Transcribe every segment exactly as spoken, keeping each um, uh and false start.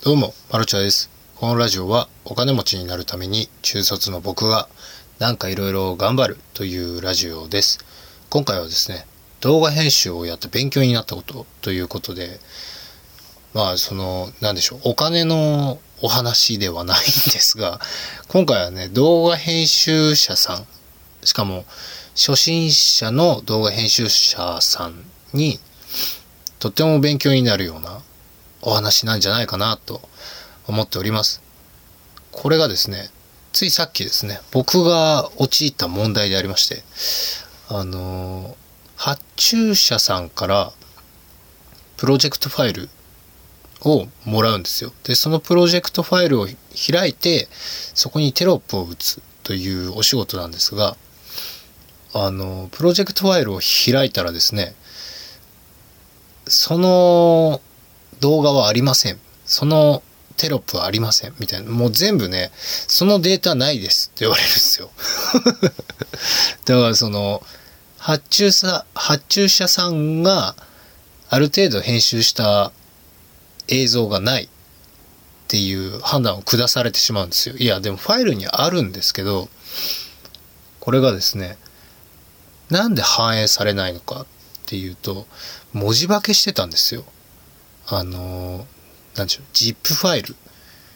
どうも、マルチャです。このラジオはお金持ちになるために中卒の僕がなんかいろいろ頑張るというラジオです。今回はですね、動画編集をやって勉強になったことということで、まあその、なんでしょう、お金のお話ではないんですが、今回はね、動画編集者さん、しかも初心者の動画編集者さんにとっても勉強になるようなお話なんじゃないかなと思っております。これがですね、ついさっきですね、僕が陥った問題でありまして、あの発注者さんからプロジェクトファイルをもらうんですよ。で、そのプロジェクトファイルを開いて、そこにテロップを打つというお仕事なんですが、あのプロジェクトファイルを開いたらですね、その動画はありません、そのテロップはありませんみたいな、もう全部ね、そのデータないですって言われるんですよだからその発注者発注者さんがある程度編集した映像がないっていう判断を下されてしまうんですよ。いやでもファイルにあるんですけど、これがですね、なんで反映されないのかっていうと、文字化けしてたんですよ。あのなんでしょう、ジップ ファイル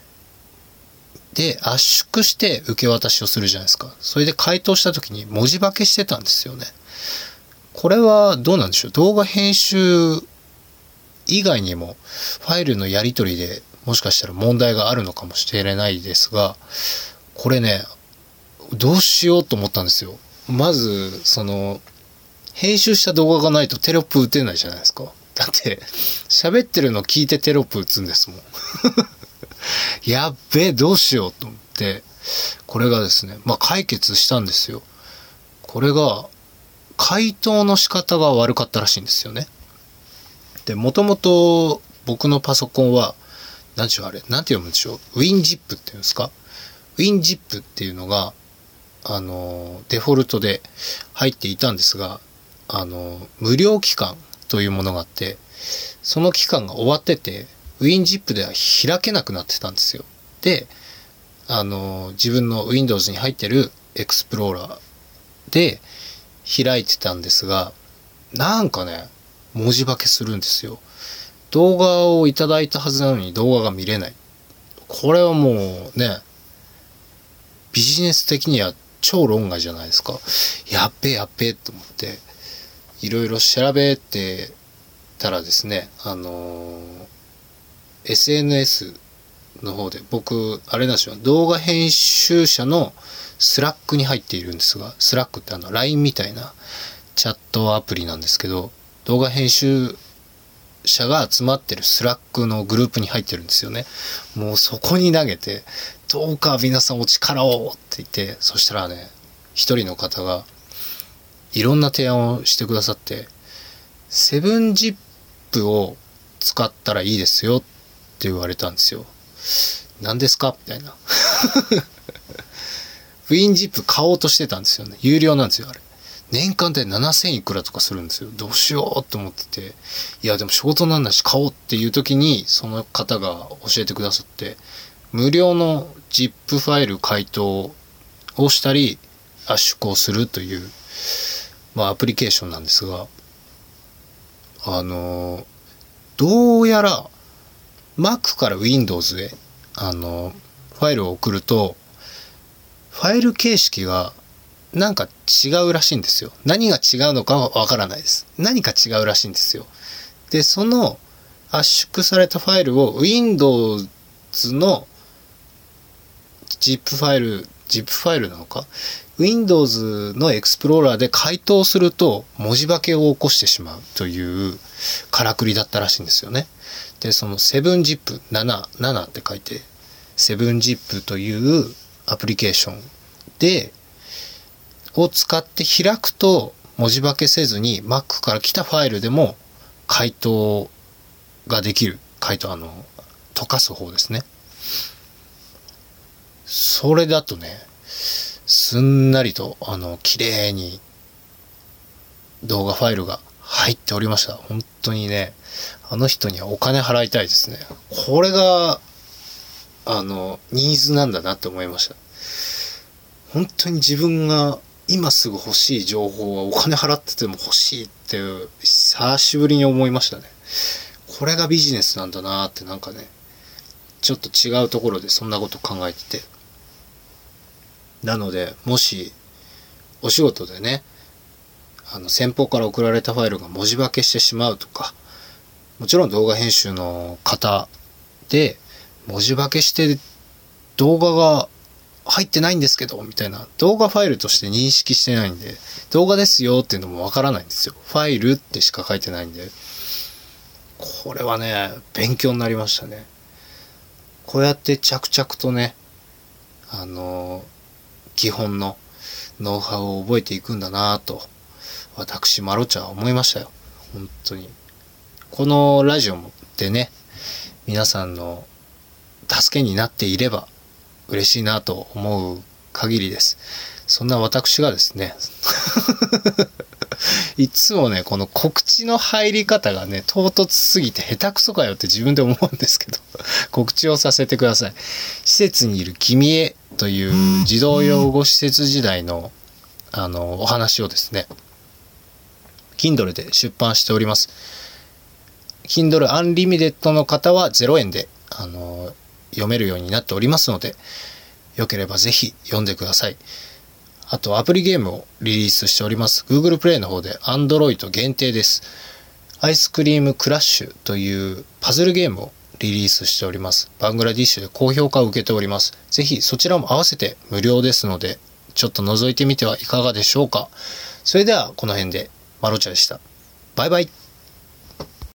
で圧縮して受け渡しをするじゃないですか。それで回答した時に文字化けしてたんですよね。これはどうなんでしょう、動画編集以外にもファイルのやり取りでもしかしたら問題があるのかもしれないですが、これね、どうしようと思ったんですよ。まずその編集した動画がないとテロップ打てないじゃないですか。だって喋ってるの聞いてテロップ打つんですもんやっべえ、どうしようと思って、これがですね、まあ解決したんですよ。これが回答の仕方が悪かったらしいんですよね。で、もともと僕のパソコンは何でしょう、あれなんて読むんでしょう、 WinZip っていうんですか、 WinZip っていうのがあのデフォルトで入っていたんですが、あの無料期間というものがあって、その期間が終わってて WinZip では開けなくなってたんですよ。で、あの自分の Windows に入ってる Explorer で開いてたんですが、なんかね、文字化けするんですよ。動画をいただいたはずなのに動画が見れない。これはもうね、ビジネス的には超論外じゃないですか。やっべえやっべえと思っていろいろ調べてたらですね、あのー、エスエヌエス の方で、僕あれなんですよ、動画編集者のスラックに入っているんですが、スラックってあの ライン みたいなチャットアプリなんですけど、動画編集者が集まってるスラックのグループに入ってるんですよね。もうそこに投げて、どうか皆さんお力をって言って、そしたらね、一人の方がいろんな提案をしてくださって、セブンジップを使ったらいいですよって言われたんですよ。何ですかみたいなWinZip 買おうとしてたんですよね。有料なんですよあれ。年間でななせんいくらとかするんですよ。どうしようって思ってて、いやでも仕事なんだし買おうっていう時にその方が教えてくださって、無料の ジップ ファイル回答をしたり圧縮をするという、まあ、アプリケーションなんですが、あのどうやら Mac から Windows へあのファイルを送ると、ファイル形式がなんか違うらしいんですよ。何が違うのかはわからないです。何か違うらしいんですよ。で、その圧縮されたファイルを Windows の ジップ ファイル、ジップ ファイルなのか Windows の Explorer で回答すると文字化けを起こしてしまうというからくりだったらしいんですよね。で、その セブンジップ、なな、ななって書いて セブンジップ というアプリケーションでを使って開くと文字化けせずに Mac から来たファイルでも回答ができる。回答、あの溶かす方ですね。それだとね、すんなりとあの綺麗に動画ファイルが入っておりました。本当にね、あの人にはお金払いたいですね。これがあの、ニーズなんだなって思いました。本当に自分が今すぐ欲しい情報はお金払ってても欲しいっていう、久しぶりに思いましたね。これがビジネスなんだなって、なんかね、ちょっと違うところでそんなこと考えてて。なので、もし、お仕事でね、あの、先方から送られたファイルが文字化けしてしまうとか、もちろん動画編集の方で、文字化けして動画が入ってないんですけど、みたいな、動画ファイルとして認識してないんで、動画ですよっていうのもわからないんですよ。ファイルってしか書いてないんで。これはね、勉強になりましたね。こうやって着々とね、あの、基本のノウハウを覚えていくんだなぁと、私、マロチャは思いましたよ。本当に。このラジオでね、皆さんの助けになっていれば嬉しいなと思う限りです。そんな私がですね、いつもね、この告知の入り方がね、唐突すぎて下手くそかよって自分で思うんですけど、告知をさせてください。施設にいる君へという児童養護施設時代の、あの、お話をですね、Kindle で出版しております。Kindle Unlimited の方はゼロえんで、あの、読めるようになっておりますので、よければぜひ読んでください。あとアプリゲームをリリースしております。Google Play の方で Android 限定です。アイスクリームクラッシュというパズルゲームをリリースしております。バングラディッシュで高評価を受けております。ぜひそちらも合わせて無料ですので、ちょっと覗いてみてはいかがでしょうか。それではこの辺でマロチャでした。バイバイ。